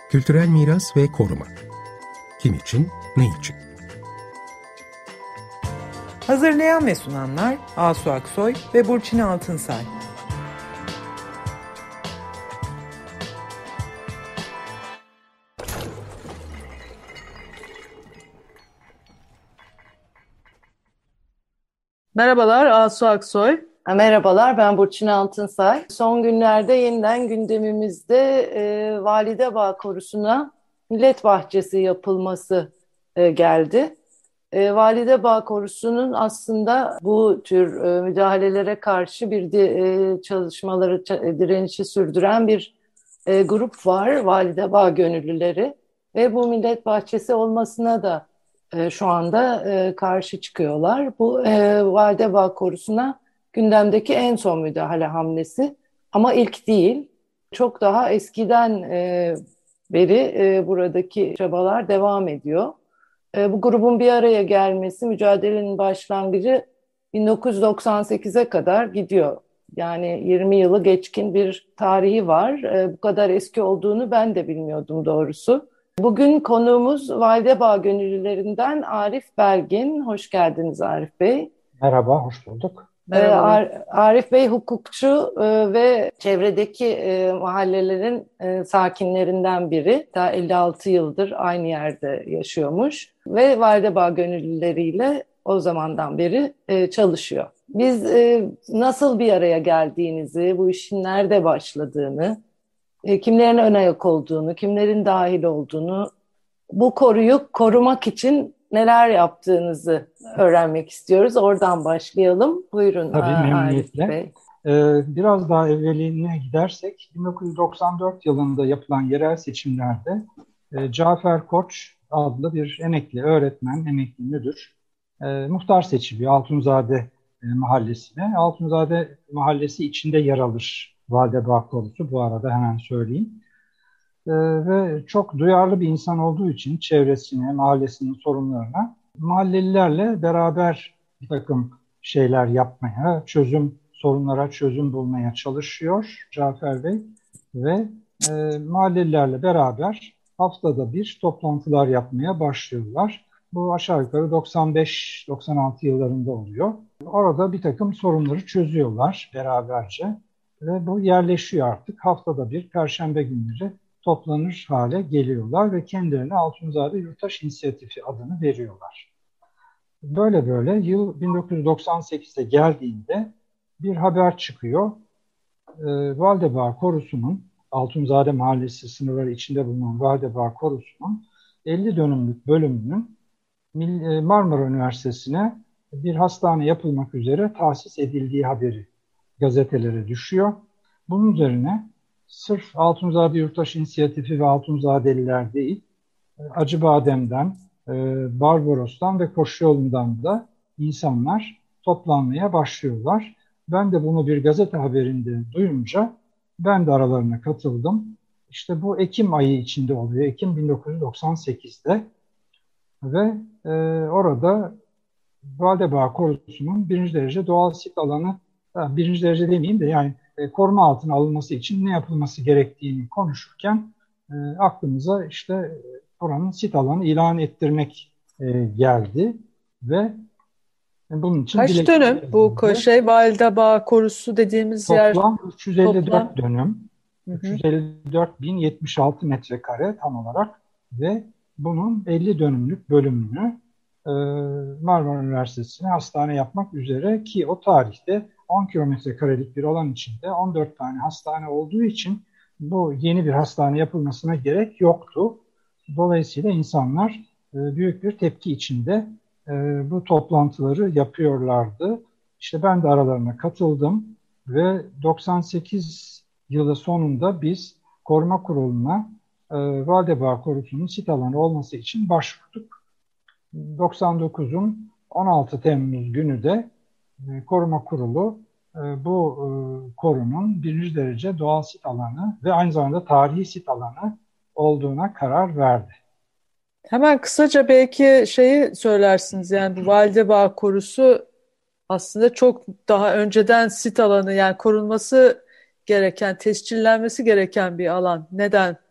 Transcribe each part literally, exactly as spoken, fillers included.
Kültürel miras ve koruma. Kim için, ne için? Hazırlayan ve sunanlar Asu Aksoy ve Burçin Altınsay. Merhabalar, Asu Aksoy. Merhabalar, ben Burçin Altınsay. Son günlerde yeniden gündemimizde e, Validebağ Korusu'na millet bahçesi yapılması e, geldi. E, Validebağ Korusu'nun aslında bu tür e, müdahalelere karşı bir de, e, çalışmaları, ç- direnişi sürdüren bir e, grup var, Validebağ Gönüllüleri. Ve bu millet bahçesi olmasına da e, şu anda e, karşı çıkıyorlar. Bu e, Validebağ Korusu'na gündemdeki en son müdahale hamlesi ama ilk değil. Çok daha eskiden e, beri e, buradaki çabalar devam ediyor. E, bu grubun bir araya gelmesi, mücadelenin başlangıcı bin dokuz yüz doksan sekize kadar gidiyor. Yani yirmi yılı geçkin bir tarihi var. E, bu kadar eski olduğunu ben de bilmiyordum doğrusu. Bugün konuğumuz Validebağ Gönüllülerinden Arif Belgin. Hoş geldiniz Arif Bey. Merhaba, hoş bulduk. Merhabalar. Arif Bey hukukçu ve çevredeki mahallelerin sakinlerinden biri. Daha elli altı yıldır aynı yerde yaşıyormuş ve Validebağ Gönüllüleriyle o zamandan beri çalışıyor. Biz nasıl bir araya geldiğinizi, bu işin nerede başladığını, kimlerin ön ayak olduğunu, kimlerin dahil olduğunu, bu koruyu korumak için neler yaptığınızı öğrenmek istiyoruz. Oradan başlayalım. Buyurun Tabii, Arif memnuniyetle. Bey. Ee, biraz daha evveline gidersek, bin dokuz yüz doksan dört yılında yapılan yerel seçimlerde e, Cafer Koç adlı bir emekli öğretmen, emekli müdür, e, muhtar seçiliyor Altunzade e, mahallesine. Altunzade mahallesi içinde yer alır Validebağ Korusu, bu arada hemen söyleyeyim. Ee, ve çok duyarlı bir insan olduğu için çevresine, mahallesinin sorunlarına mahallelilerle beraber bir takım şeyler yapmaya, çözüm sorunlara çözüm bulmaya çalışıyor Cafer Bey ve e, mahallelilerle beraber haftada bir toplantılar yapmaya başlıyorlar. Bu aşağı yukarı doksan beş doksan altı yıllarında oluyor. Orada bir takım sorunları çözüyorlar beraberce ve bu yerleşiyor artık. Haftada bir Perşembe günleri toplanır hale geliyorlar ve kendilerine Altunzade Yurttaş İnisiyatifi adını veriyorlar. Böyle böyle yıl bin dokuz yüz doksan sekize geldiğinde bir haber çıkıyor. E, Validebağ Korusu'nun, Altunzade Mahallesi sınırları içinde bulunan Validebağ Korusu'nun elli dönümlük bölümünün Marmara Üniversitesi'ne bir hastane yapılmak üzere tahsis edildiği haberi gazetelere düşüyor. Bunun üzerine sırf Altunzade Yurttaş İnisiyatifi ve Altunzadeliler değil, Acıbadem'den, Barbaros'tan ve Koşuyolu'ndan da insanlar toplanmaya başlıyorlar. Ben de bunu bir gazete haberinde duyunca ben de aralarına katıldım. İşte bu Ekim ayı içinde oluyor, Ekim bin dokuz yüz doksan sekizde ve e, orada Validebağ Korusu'nun birinci derece doğal sit alanı, birinci derece demeyeyim de yani e, koruma altına alınması için ne yapılması gerektiğini konuşurken e, aklımıza işte e, oranın sit alanı ilan ettirmek e, geldi ve bunun için Kaç dönüm bu ko- şey Validebağ Korusu dediğimiz toplam yer? Toplam üç yüz elli dört Toplam. dönüm, Hı hı. üç yüz elli dört bin yetmiş altı metrekare tam olarak ve bunun elli dönümlük bölümünü e, Marmara Üniversitesi'ne hastane yapmak üzere ki o tarihte on kilometre karelik bir alan içinde on dört tane hastane olduğu için bu yeni bir hastane yapılmasına gerek yoktu. Dolayısıyla insanlar e, büyük bir tepki içinde e, bu toplantıları yapıyorlardı. İşte ben de aralarına katıldım ve doksan sekiz yılı sonunda biz Koruma Kurulu'na e, Validebağ Korusu'nun sit alanı olması için başvurduk. doksan dokuzun on altı Temmuz günü de e, Koruma Kurulu e, bu e, korunun birinci derece doğal sit alanı ve aynı zamanda tarihi sit alanı olduğuna karar verdi. Hemen kısaca belki şeyi söylersiniz, yani bu Validebağ Korusu aslında çok daha önceden sit alanı, yani korunması gereken, tescillenmesi gereken bir alan. Neden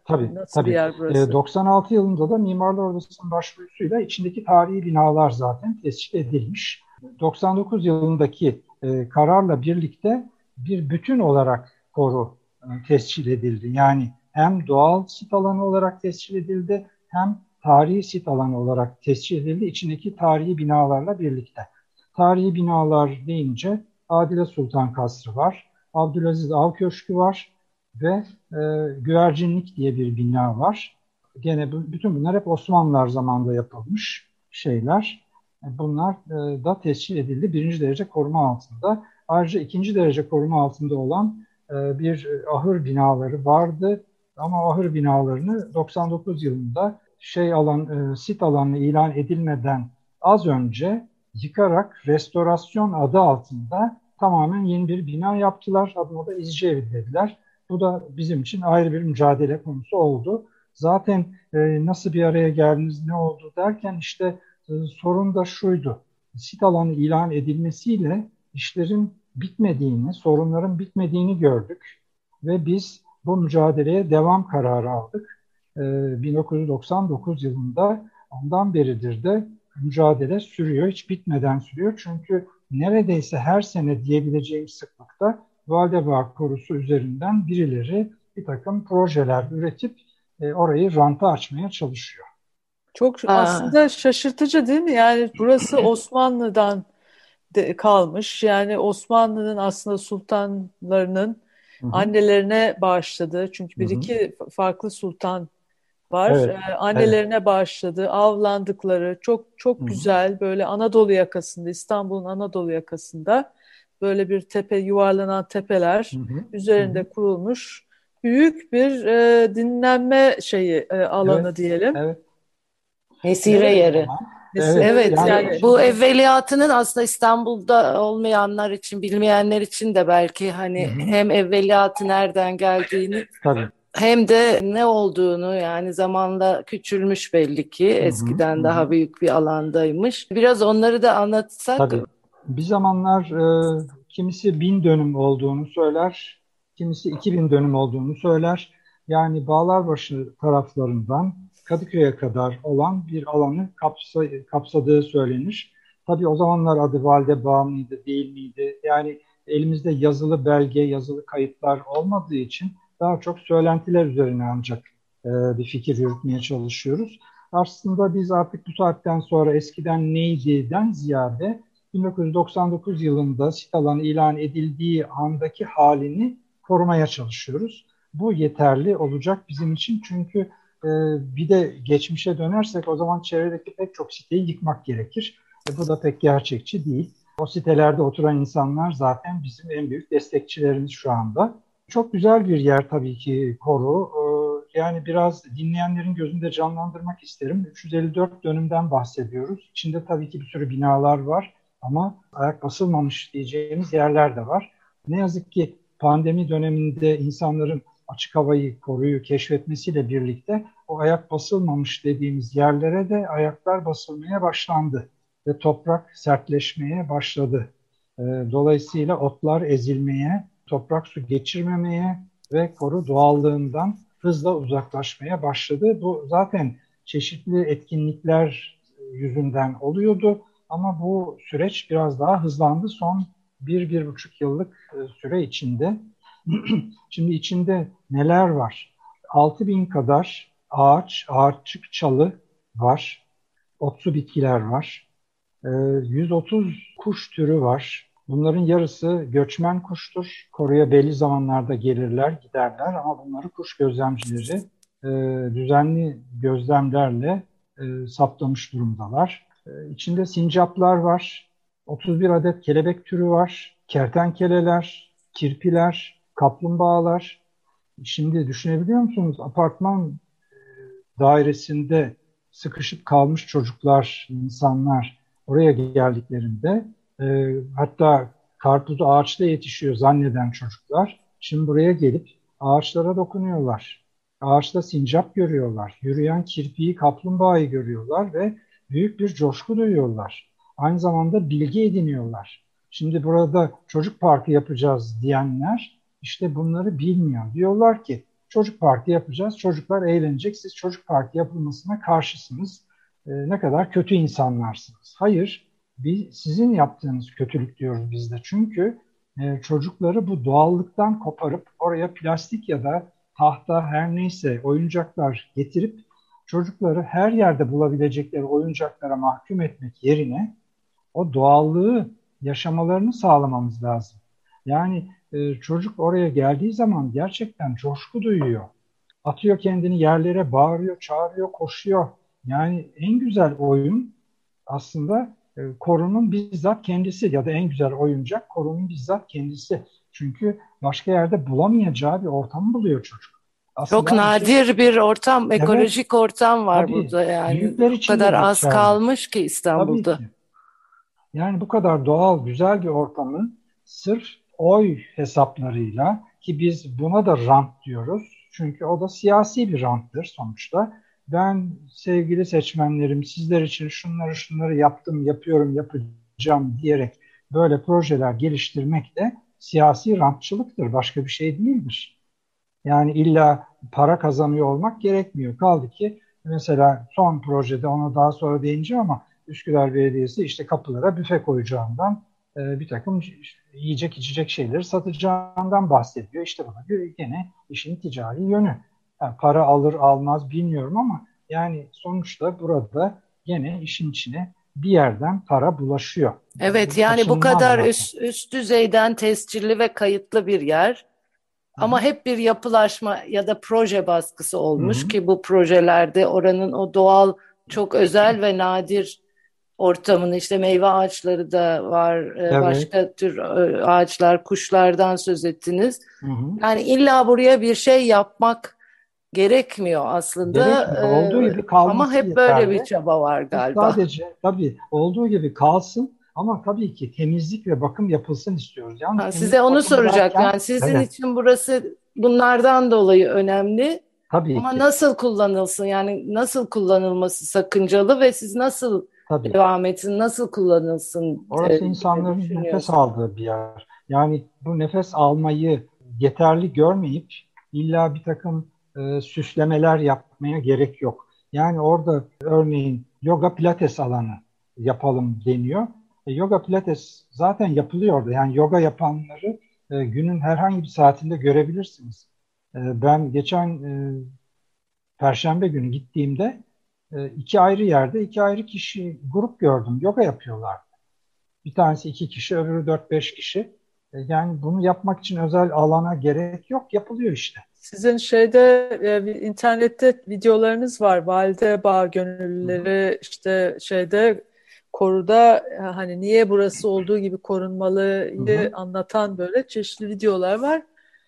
Tabii, Nasıl bir tabii. yer E, burası? doksan altı yılında da Mimarlar Odası'nın başvurusuyla içindeki tarihi binalar zaten tescil edilmiş. doksan dokuz yılındaki e, kararla birlikte bir bütün olarak koru e, tescil edildi. Yani hem doğal sit alanı olarak tescil edildi, hem tarihi sit alanı olarak tescil edildi içindeki tarihi binalarla birlikte. Tarihi binalar deyince Adile Sultan Kasrı var, Abdülaziz Av Köşkü var ve e, Güvercinlik diye bir bina var. Gene bu, bütün bunlar hep Osmanlılar zamanında yapılmış şeyler. Bunlar e, da tescil edildi. Birinci derece koruma altında. Ayrıca ikinci derece koruma altında olan e, bir ahır binaları vardı. Ama ahır binalarını doksan dokuz yılında şey alan, e, sit alanı ilan edilmeden az önce yıkarak restorasyon adı altında tamamen yeni bir bina yaptılar. Adına da İzci Evi dediler. Bu da bizim için ayrı bir mücadele konusu oldu. Zaten e, nasıl bir araya geldiniz, ne oldu derken işte e, sorun da şuydu. Sit alanı ilan edilmesiyle işlerin bitmediğini, sorunların bitmediğini gördük. Ve biz bu mücadeleye devam kararı aldık. E, bin dokuz yüz doksan dokuz yılında ondan beridir de mücadele sürüyor, hiç bitmeden sürüyor. Çünkü neredeyse her sene diyebileceğim sıklıkta Valdebağ Korusu üzerinden birileri bir takım projeler üretip e, orayı ranta açmaya çalışıyor. Çok Aa, aslında şaşırtıcı değil mi? Yani burası Osmanlı'dan de kalmış. Yani Osmanlı'nın aslında sultanlarının Hı hı, annelerine bağışladığı, çünkü hı bir hı. iki farklı sultan var. Evet, Ee, evet. annelerine bağışladığı, avlandıkları çok Hı çok hı, güzel, böyle Anadolu yakasında, İstanbul'un Anadolu yakasında böyle bir tepe, yuvarlanan hı tepeler hı, hı üzerinde hı. kurulmuş büyük bir e, dinlenme şeyi, e, Evet, alanı diyelim. evet. mesire Evet yeri. ama Mesela evet evet Evet, yani e, yani bu şimdi evveliyatının aslında İstanbul'da olmayanlar için, bilmeyenler için de belki hı hani hı, hem evveliyatı nereden geldiğini tabii. hem de ne olduğunu, yani zamanla küçülmüş belli ki, Hı hı, hı eskiden daha hı. büyük bir alandaymış. Biraz onları da anlatsak. Tabii. Bir zamanlar e, kimisi bin dönüm olduğunu söyler, kimisi iki bin dönüm olduğunu söyler. Yani Bağlarbaşı taraflarından Kadıköy'e kadar olan bir alanı kapsa, kapsadığı söylenir. Tabii o zamanlar adı Validebağ mıydı, değil miydi? Yani elimizde yazılı belge, yazılı kayıtlar olmadığı için daha çok söylentiler üzerine ancak e, bir fikir yürütmeye çalışıyoruz. Aslında biz artık bu saatten sonra eskiden neydi'den ziyade bin dokuz yüz doksan dokuz yılında sit alanı ilan edildiği andaki halini korumaya çalışıyoruz. Bu yeterli olacak bizim için çünkü e, bir de geçmişe dönersek o zaman çevredeki pek çok siteyi yıkmak gerekir. E, bu da pek gerçekçi değil. O sitelerde oturan insanlar zaten bizim en büyük destekçilerimiz şu anda. Çok güzel bir yer tabii ki koru. Ee, Yani biraz dinleyenlerin gözünde canlandırmak isterim. üç yüz elli dört dönümden bahsediyoruz. İçinde tabii ki bir sürü binalar var ama ayak basılmamış diyeceğimiz yerler de var. Ne yazık ki pandemi döneminde insanların açık havayı, koruyu keşfetmesiyle birlikte o ayak basılmamış dediğimiz yerlere de ayaklar basılmaya başlandı ve toprak sertleşmeye başladı. Ee, Dolayısıyla otlar ezilmeye, toprak su geçirmemeye ve koru doğallığından hızla uzaklaşmaya başladı. Bu zaten çeşitli etkinlikler yüzünden oluyordu ama bu süreç biraz daha hızlandı son bir, bir buçuk yıllık e, süre içinde. Şimdi içinde neler var? altı bin kadar ağaç, ağaççık çalı var. Otsu bitkiler var. Ee, yüz otuz kuş türü var. Bunların yarısı göçmen kuştur. Koruya belli zamanlarda gelirler, giderler ama bunları kuş gözlemcileri e, düzenli gözlemlerle e, saptamış durumdalar. E, içinde sincaplar var, otuz bir adet kelebek türü var, kertenkeleler, kirpiler, kaplumbağalar. Şimdi düşünebiliyor musunuz? Apartman dairesinde sıkışıp kalmış çocuklar, insanlar oraya geldiklerinde e, hatta karpuzu ağaçta yetişiyor zanneden çocuklar şimdi buraya gelip ağaçlara dokunuyorlar. Ağaçta sincap görüyorlar, yürüyen kirpiyi, kaplumbağayı görüyorlar ve büyük bir coşku duyuyorlar. Aynı zamanda bilgi ediniyorlar. Şimdi burada çocuk parkı yapacağız diyenler işte bunları bilmiyor. Diyorlar ki çocuk parkı yapacağız, çocuklar eğlenecek, siz çocuk parkı yapılmasına karşısınız. E, ne kadar kötü insanlarsınız. Hayır, bir, sizin yaptığınız kötülük diyoruz biz de. Çünkü e, çocukları bu doğallıktan koparıp oraya plastik ya da tahta her neyse oyuncaklar getirip çocukları her yerde bulabilecekleri oyuncaklara mahkum etmek yerine o doğallığı yaşamalarını sağlamamız lazım. Yani e, çocuk oraya geldiği zaman gerçekten coşku duyuyor. Atıyor kendini yerlere, bağırıyor, çağırıyor, koşuyor. Yani en güzel oyun aslında e, korunun bizzat kendisi ya da en güzel oyuncak korunun bizzat kendisi. Çünkü başka yerde bulamayacağı bir ortamı buluyor çocuk. Çok Aslında bir şey, nadir bir ortam, evet, ekolojik ortam var tabii burada yani. büyükler O için de kadar az geçerli. kalmış ki Tabii İstanbul'da. ki. Yani bu kadar doğal, güzel bir ortamı sırf oy hesaplarıyla, ki biz buna da rant diyoruz. Çünkü o da siyasi bir ranttır sonuçta. Ben sevgili seçmenlerim sizler için şunları şunları yaptım, yapıyorum, yapacağım diyerek böyle projeler geliştirmek de siyasi rantçılıktır. Başka bir şey değildir. Yani illa para kazanıyor olmak gerekmiyor. Kaldı ki mesela son projede, ona daha sonra değineceğim ama Üsküdar Belediyesi işte kapılara büfe koyacağından, e, bir takım yiyecek içecek şeyleri satacağından bahsediyor. İşte bu da gene işin ticari yönü. Yani para alır almaz bilmiyorum ama yani sonuçta burada gene işin içine bir yerden para bulaşıyor. Evet, Bu yani bu kaçınılmaz kadar zaten. üst, üst düzeyden tescilli ve kayıtlı bir yer. Hı Ama hı. hep bir yapılaşma ya da proje baskısı Hı olmuş hı. ki bu projelerde oranın o doğal, çok özel ve nadir ortamını, işte meyve ağaçları da var, e, Evet. başka tür e, ağaçlar, kuşlardan söz ettiniz. Hı hı. Yani illa buraya bir şey yapmak gerekmiyor aslında, Gerekmiyor. e, Olduğu gibi ama kalması hep böyle bir yeterli. çaba var Biz galiba. sadece tabii olduğu gibi kalsın ama tabii ki temizlik ve bakım yapılsın istiyoruz. Yalnız Ha, size temizlik onu bakım soracaktım. derken Yani sizin evet, için burası bunlardan dolayı önemli. tabii Ama ki nasıl kullanılsın, yani nasıl kullanılması sakıncalı ve siz nasıl tabii. devam etsin, nasıl kullanılsın e, Orası diye insanların nefes düşünüyorsun. aldığı bir yer. Yani bu nefes almayı yeterli görmeyip illa bir takım e, süslemeler yapmaya gerek yok. Yani orada örneğin yoga pilates alanı yapalım deniyor. E, yoga pilates zaten yapılıyor orada. Yani yoga yapanları e, günün herhangi bir saatinde görebilirsiniz. E, ben geçen e, Perşembe günü gittiğimde e, iki ayrı yerde iki ayrı kişi grup gördüm. Yoga yapıyorlar. Bir tanesi iki kişi, öbürü dört beş kişi. E, Yani bunu yapmak için özel alana gerek yok, yapılıyor işte. Sizin şeyde e, bir internette videolarınız var. Valide Bağ Hı hı, gönüllüleri işte şeyde koruda e, hani niye burası olduğu gibi hı korunmalıyı hı, anlatan böyle çeşitli videolar var.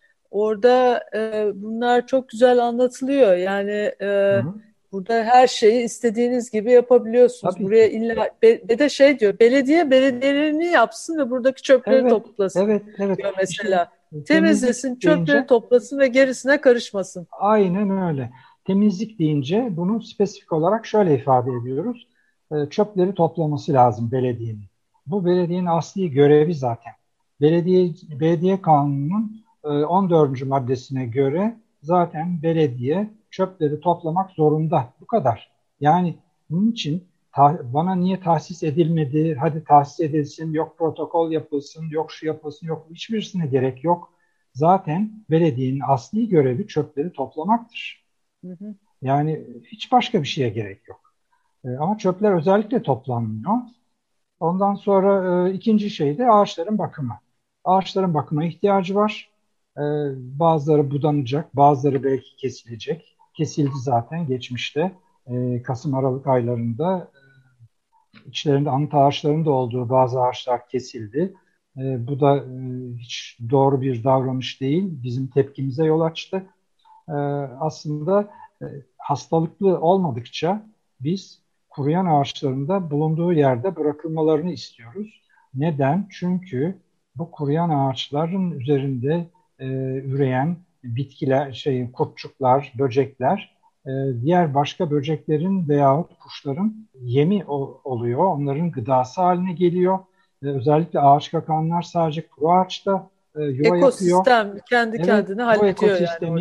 Orada e, bunlar çok güzel anlatılıyor. Yani hı e, hı. burada her şeyi istediğiniz gibi yapabiliyorsunuz. Tabii Buraya ki. illa be, bir de şey diyor, belediye belediyelerini yapsın ve buradaki çöpleri Evet, toplasın evet, evet. diyor İşte mesela. e, Temizlesin, temizlik çöpleri deyince toplasın ve gerisine karışmasın. aynen öyle. Temizlik deyince bunu spesifik olarak şöyle ifade ediyoruz. E, çöpleri toplaması lazım belediyenin. Bu belediyenin asli görevi zaten. Belediye Belediye Kanunu'nun e, on dördüncü maddesine göre zaten belediye çöpleri toplamak zorunda. Bu kadar. Yani bunun için ta- bana niye tahsis edilmedi, hadi tahsis edilsin, yok protokol yapılsın, yok şu yapılsın, yok hiçbirisine gerek yok. Zaten belediyenin asli görevi çöpleri toplamaktır. Hı hı. Yani hiç başka bir şeye gerek yok. E, ama çöpler özellikle toplanmıyor. Ondan sonra e, ikinci şey de ağaçların bakımı. Ağaçların bakıma ihtiyacı var. E, bazıları budanacak, bazıları belki kesilecek. Kesildi zaten geçmişte. E, Kasım-Aralık aylarında içlerinde anıt ağaçların da olduğu bazı ağaçlar kesildi. E, bu da e, hiç doğru bir davranış değil. Bizim tepkimize yol açtı. E, aslında e, hastalıklı olmadıkça biz kuruyan ağaçların da bulunduğu yerde bırakılmalarını istiyoruz. Neden? Çünkü bu kuruyan ağaçların üzerinde e, üreyen bitkiler, şey, kurtçuklar, böcekler, e, diğer başka böceklerin veyahut kuşların yemi o, oluyor. Onların gıdası haline geliyor. E, özellikle ağaç kakanlar sadece kuru ağaçta e, yuva yapıyor. Ekosistem kendi Evet, kendini bu hallediyor yani orada. ekosistemin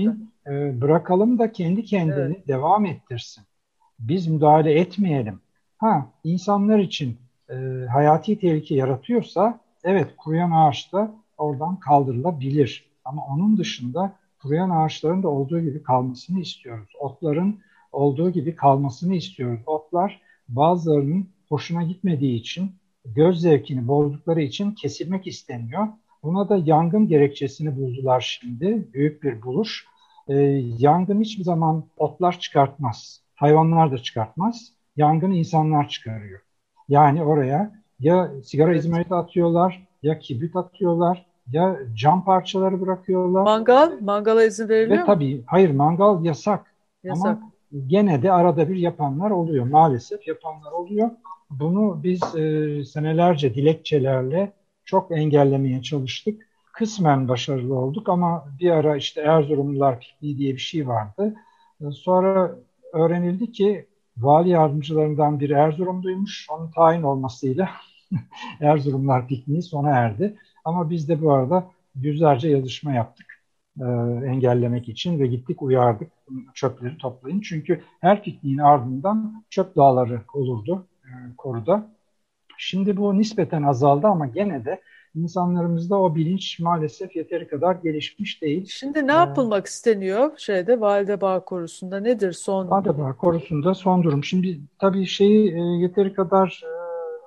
e, bırakalım da kendi kendini Evet. devam ettirsin. Biz müdahale etmeyelim. Ha, insanlar için e, hayati tehlike yaratıyorsa evet kuruyan ağaç da oradan kaldırılabilir. Ama onun dışında kuruyan ağaçların da olduğu gibi kalmasını istiyoruz. Otların olduğu gibi kalmasını istiyoruz. Otlar bazılarının hoşuna gitmediği için, göz zevkini bozdukları için kesilmek isteniyor. Buna da yangın gerekçesini buldular şimdi. Büyük bir buluş. Ee, yangın hiçbir zaman otlar çıkartmaz. Hayvanlar da çıkartmaz. Yangını insanlar çıkarıyor. Yani oraya ya sigara Evet. izmariti atıyorlar, ya kibrit atıyorlar, ya cam parçaları bırakıyorlar. Mangal, mangala izin Ve veriliyor mu? tabii hayır mangal yasak Yasak. ama gene de arada bir yapanlar oluyor. Maalesef yapanlar oluyor. Bunu biz e, senelerce dilekçelerle çok engellemeye çalıştık. Kısmen başarılı olduk ama bir ara işte Erzurumlular Pikniği diye bir şey vardı. E, Sonra öğrenildi ki vali yardımcılarından biri Erzurumluymuş. Onun tayin olmasıyla Erzurumlar Pikniği sona erdi. Ama biz de bu arada yüzlerce yazışma yaptık e, engellemek için ve gittik uyardık çöpleri toplayın. Çünkü her pikniğin ardından çöp dağları olurdu e, koruda. Şimdi bu nispeten azaldı ama gene de insanlarımızda o bilinç maalesef yeteri kadar gelişmiş değil. Şimdi ne E, yapılmak isteniyor şeyde Validebağ Korusu'nda nedir son? Adabağ konusunda son durum. Şimdi tabii şeyi e, yeteri kadar e,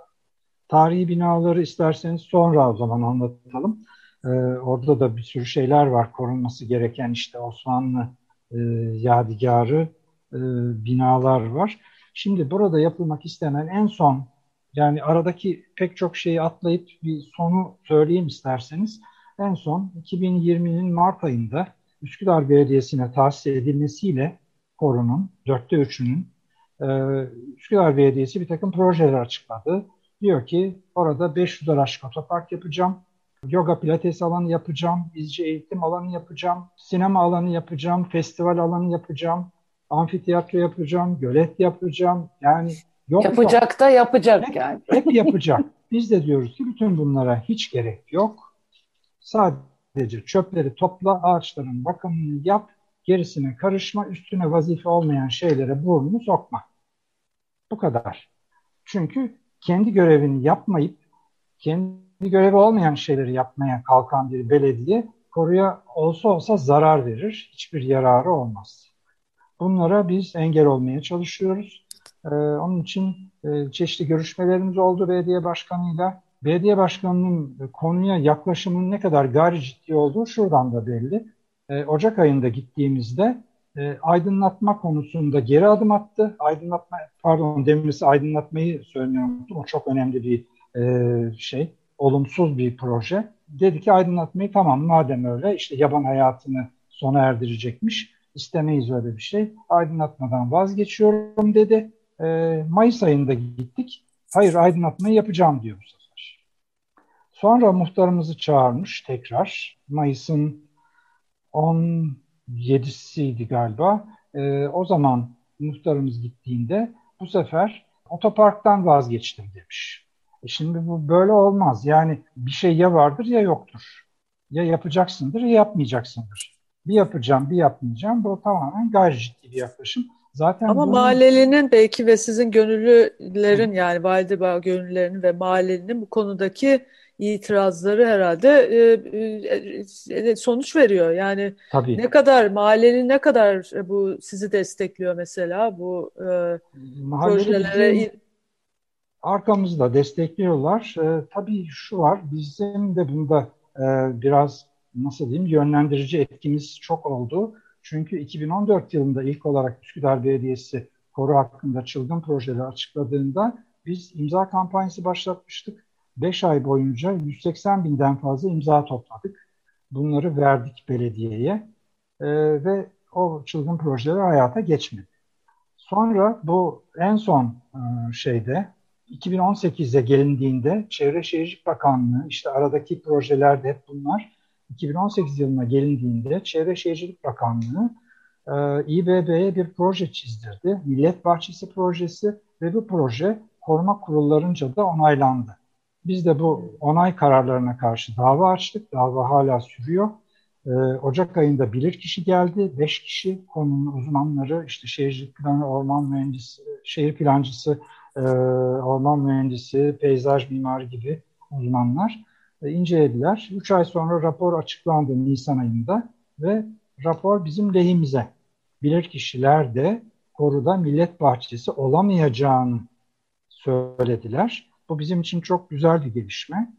tarihi binaları isterseniz sonra o zaman anlatalım. Ee, orada da bir sürü şeyler var korunması gereken işte Osmanlı e, yadigarı e, binalar var. Şimdi burada yapılmak istenen en son yani aradaki pek çok şeyi atlayıp bir sonu söyleyeyim isterseniz. En son iki bin yirminin Mart ayında Üsküdar Belediyesi'ne tahsis edilmesiyle korunun dörtte üçünün e, Üsküdar Belediyesi bir takım projeler açıkladı. Diyor ki orada beş yüz araç otopark yapacağım, yoga pilates alanı yapacağım, izci eğitim alanı yapacağım, sinema alanı yapacağım, festival alanı yapacağım, amfiteyatro yapacağım, gölet yapacağım. Yani yok yok. Yapacak da yapacak Hep, yani. hep yapacak. Biz de diyoruz ki bütün bunlara hiç gerek yok. Sadece çöpleri topla, ağaçların bakımını yap, gerisine karışma, üstüne vazife olmayan şeylere burnunu sokma. Bu kadar. Çünkü kendi görevini yapmayıp kendi görevi olmayan şeyleri yapmaya kalkan bir belediye koruya olsa olsa zarar verir. Hiçbir yararı olmaz. Bunlara biz engel olmaya çalışıyoruz. Ee, onun için e, çeşitli görüşmelerimiz oldu belediye başkanıyla. Belediye başkanının konuya yaklaşımının ne kadar gayri ciddi olduğu şuradan da belli. Ee, Ocak ayında gittiğimizde e, aydınlatma konusunda geri adım attı. Aydınlatma, pardon demirsi aydınlatmayı söylüyorum. O çok önemli bir e, şey, olumsuz bir proje. Dedi ki aydınlatmayı tamam madem öyle işte yaban hayatını sona erdirecekmiş. İstemeyiz öyle bir şey. Aydınlatmadan vazgeçiyorum dedi. E, Mayıs ayında gittik. Hayır aydınlatmayı yapacağım diyor bu sefer. Sonra muhtarımızı çağırmış tekrar. Mayıs'ın on yedisiydi galiba. E, o zaman muhtarımız gittiğinde bu sefer otoparktan vazgeçtim demiş. E şimdi bu böyle olmaz. Yani bir şey ya vardır ya yoktur. Ya yapacaksındır ya yapmayacaksındır. Bir yapacağım bir yapmayacağım. Bu tamamen gayri ciddi bir yaklaşım. Zaten Ama bunun mahallelinin belki ve sizin gönüllülerin yani Validebağ gönüllülerinin ve mahallenin bu konudaki itirazları herhalde e, e, sonuç veriyor. Yani tabii ne kadar mahallenin ne kadar bu sizi destekliyor mesela bu e, mahalleli projelere. bizim arkamızda destekliyorlar. E, tabii şu var, bizim de bunda e, biraz nasıl diyeyim yönlendirici etkimiz çok oldu. Çünkü iki bin on dört yılında ilk olarak Üsküdar Belediyesi koru hakkında çılgın projeleri açıkladığında biz imza kampanyası başlatmıştık. beş ay boyunca yüz seksen binden fazla imza topladık. Bunları verdik belediyeye e, ve o çılgın projeler hayata geçmedi. Sonra bu en son e, şeyde iki bin on sekize gelindiğinde Çevre Şehircilik Bakanlığı işte aradaki projeler de hep bunlar. iki bin on sekiz yılına gelindiğinde Çevre Şehircilik Bakanlığı e, İBB'ye bir proje çizdirdi. Millet Bahçesi projesi ve bu proje koruma kurullarınca da onaylandı. Biz de bu onay kararlarına karşı dava açtık. Dava hala sürüyor. Ee, Ocak ayında bilirkişi geldi. Beş kişi konunun uzmanları, işte şehircilik planı, orman mühendisi, şehir plancısı, e, orman mühendisi, peyzaj mimarı gibi uzmanlar e, incelediler. Üç ay sonra rapor açıklandı Nisan ayında ve rapor bizim lehimize. Bilirkişiler de koruda millet bahçesi olamayacağını söylediler. Bu bizim için çok güzel bir gelişme.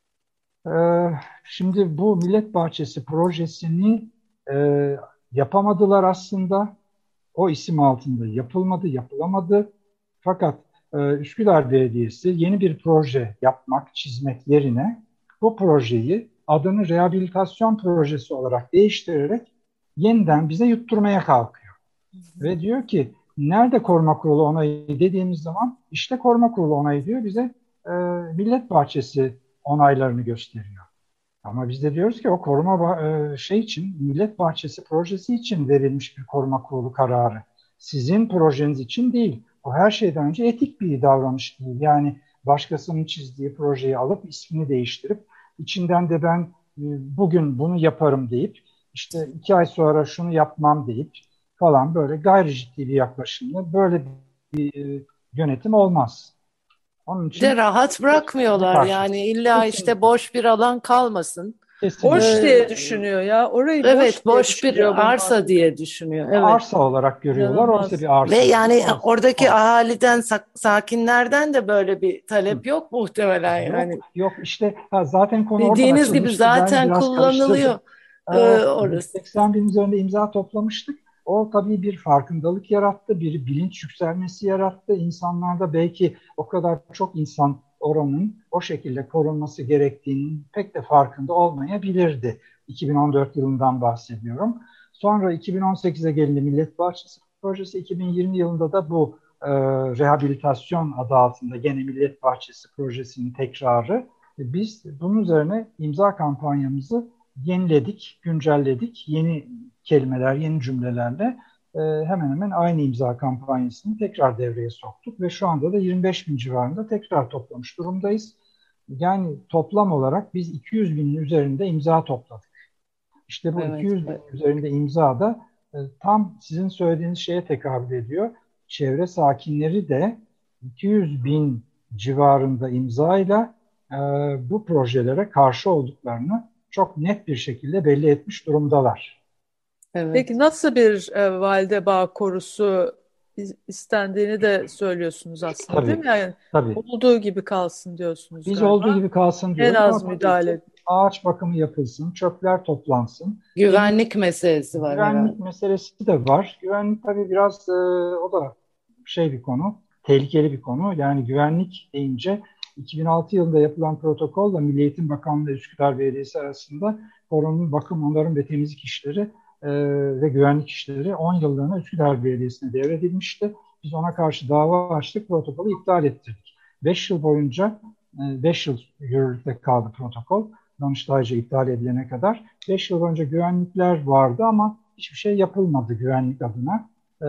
Ee, Şimdi bu Millet Bahçesi projesini e, yapamadılar aslında. O isim altında yapılmadı, yapılamadı. Fakat e, Üsküdar Belediyesi yeni bir proje yapmak, çizmek yerine bu projeyi adını rehabilitasyon projesi olarak değiştirerek yeniden bize yutturmaya kalkıyor. Ve diyor ki nerede koruma kurulu onayı dediğimiz zaman işte koruma kurulu onayı diyor bize e, Millet Bahçesi onaylarını gösteriyor. Ama biz de diyoruz ki o koruma e, şey için Millet Bahçesi projesi için verilmiş bir koruma kurulu kararı. Sizin projeniz için değil. O her şeyden önce etik bir davranış değil. Yani başkasının çizdiği projeyi alıp ismini değiştirip içinden de ben e, bugün bunu yaparım deyip işte iki ay sonra şunu yapmam deyip falan böyle gayri ciddi bir yaklaşımla böyle bir e, yönetim olmaz. Onun Bir de için rahat bırakmıyorlar yani illa kesinlikle, işte boş bir alan kalmasın. Boş kesinlikle. diye Ee, düşünüyor ya. Orayı boş evet diye boş düşünüyor bir bunlar. arsa diye düşünüyor. Evet. Arsa olarak görüyorlar. Orası İnanılmaz. bir Ve arsa. yani Orası, oradaki orası. ahaliden sak- sakinlerden de böyle bir Hı. talep yok muhtemelen yani. Yok, yok işte ha, zaten konu oradan Dediğiniz gibi açılmıştı. Ben zaten biraz kullanılıyor karıştırdım. e, Ee, orası. yüz seksen bin üzerinde imza toplamıştık. O tabii bir farkındalık yarattı, bir bilinç yükselmesi yarattı. İnsanlarda belki o kadar çok insan oranın o şekilde korunması gerektiğinin pek de farkında olmayabilirdi. iki bin on dört yılından bahsediyorum. Sonra iki bin on sekize gelindi Millet Bahçesi projesi. iki bin yirmi yılında da bu e, rehabilitasyon adı altında gene Millet Bahçesi projesinin tekrarı. Biz bunun üzerine imza kampanyamızı yeniledik, güncelledik. Yeni kelimeler, yeni cümlelerle e, hemen hemen aynı imza kampanyasını tekrar devreye soktuk ve şu anda da yirmi beş bin civarında tekrar toplamış durumdayız. Yani toplam olarak biz iki yüz binin üzerinde imza topladık. İşte bu Evet. iki yüz binin üzerinde imza da e, tam sizin söylediğiniz şeye tekabül ediyor. Çevre sakinleri de iki yüz bin civarında imzayla e, bu projelere karşı olduklarını çok net bir şekilde belli etmiş durumdalar. Evet. Peki nasıl bir e, valide bağ korusu is- istendiğini de söylüyorsunuz aslında, değil Tabii, mi? Yani tabii. olduğu gibi kalsın diyorsunuz Biz olduğu galiba. gibi kalsın En diyoruz ama az tabii ki müdahale. ağaç bakımı yapılsın, çöpler toplansın. Temiz Güvenlik meselesi var herhalde. güvenlik meselesi de var. Güvenlik tabii biraz e, o da şey bir konu, tehlikeli bir konu. Yani güvenlik deyince iki bin altı yılında yapılan protokolla Milli Eğitim Bakanlığı ile Üsküdar Belediyesi arasında korunun bakım, onarım ve temizlik işleri e, ve güvenlik işleri on yıllığına Üsküdar Belediyesi'ne devredilmişti. Biz ona karşı dava açtık, protokolü iptal ettirdik. beş yıl boyunca, beş yıl yürürlükte kaldı protokol. Danıştay'ca iptal edilene kadar. beş yıl önce güvenlikler vardı ama hiçbir şey yapılmadı güvenlik adına. Ee,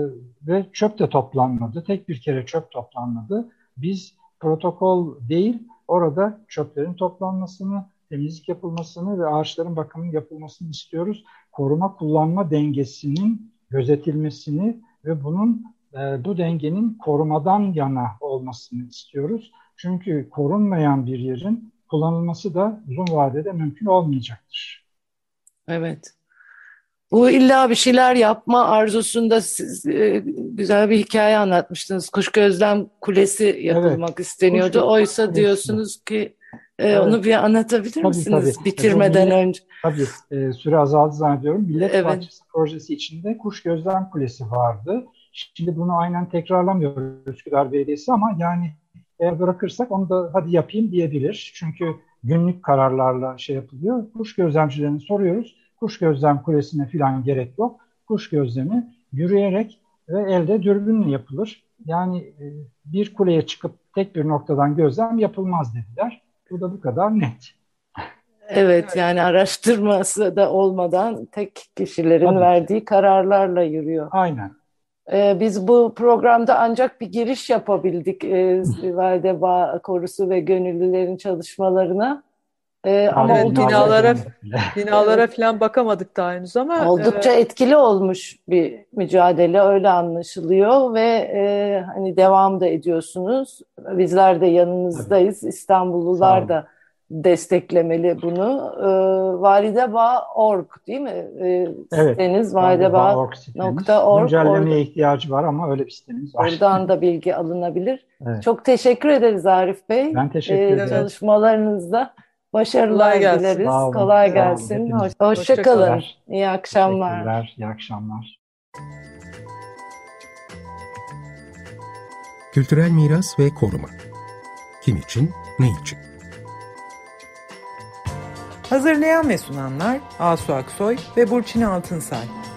ve çöp de toplanmadı. Tek bir kere çöp toplanmadı. Biz protokol değil, orada çöplerin toplanmasını, temizlik yapılmasını ve ağaçların bakımının yapılmasını istiyoruz. Koruma kullanma dengesinin gözetilmesini ve bunun e, bu dengenin korumadan yana olmasını istiyoruz. Çünkü korunmayan bir yerin kullanılması da uzun vadede mümkün olmayacaktır. Evet. Bu illa bir şeyler yapma arzusunda siz e, güzel bir hikaye anlatmıştınız. Kuş Gözlem Kulesi yapılmak Evet, isteniyordu. Kuş Gözlem Oysa Kulesi. diyorsunuz ki e, Evet. onu bir anlatabilir Tabii misiniz tabii. bitirmeden millet, önce? Tabii e, süre azaldı zannediyorum. Millet Evet. Bahçesi projesi içinde Kuş Gözlem Kulesi vardı. Şimdi bunu aynen tekrarlamıyor Üsküdar Belediyesi ama yani eğer bırakırsak onu da hadi yapayım diyebilir. Çünkü günlük kararlarla şey yapılıyor. Kuş gözlemcilerini soruyoruz. Kuş Gözlem Kulesi'ne falan gerek yok. Kuş gözlemi yürüyerek ve elde dürbünle yapılır. Yani e, bir kuleye çıkıp tek bir noktadan gözlem yapılmaz dediler. Bu da bu kadar net. Evet, yani araştırması da olmadan tek kişilerin Tabii ki. verdiği kararlarla yürüyor. Aynen. Ee, biz bu programda ancak bir giriş yapabildik e, Valide Bağ Korusu ve gönüllülerin çalışmalarına. E, ama Evet, oldukça, binalara bile. binalara falan bakamadık daha henüz ama oldukça e, etkili olmuş bir mücadele, öyle anlaşılıyor ve e, hani devam da ediyorsunuz. Bizler de yanınızdayız. Sağ İstanbullular olun. da desteklemeli bunu. E, validebağ nokta org değil mi? E, Evet, siteniz validebağ validebağ nokta org sitemiz. nokta org. Orada, Güncellemeye ihtiyacı var ama öyle bir sitemiz var. oradan da bilgi alınabilir. Evet, Çok teşekkür ederiz Arif Bey. ben teşekkür E, ederim. çalışmalarınızda kolay başarılar gelsin. dileriz. Sağ olun, Kolay sağ olun. gelsin. Hepinize Hoş, hoşça Hoşça kalın. kalın. teşekkürler. İyi akşamlar. Teşekkürler, iyi akşamlar. Kültürel miras ve koruma. Kim için, ne için? Hazırlayan ve sunanlar Asu Aksoy ve Burçin Altınsay.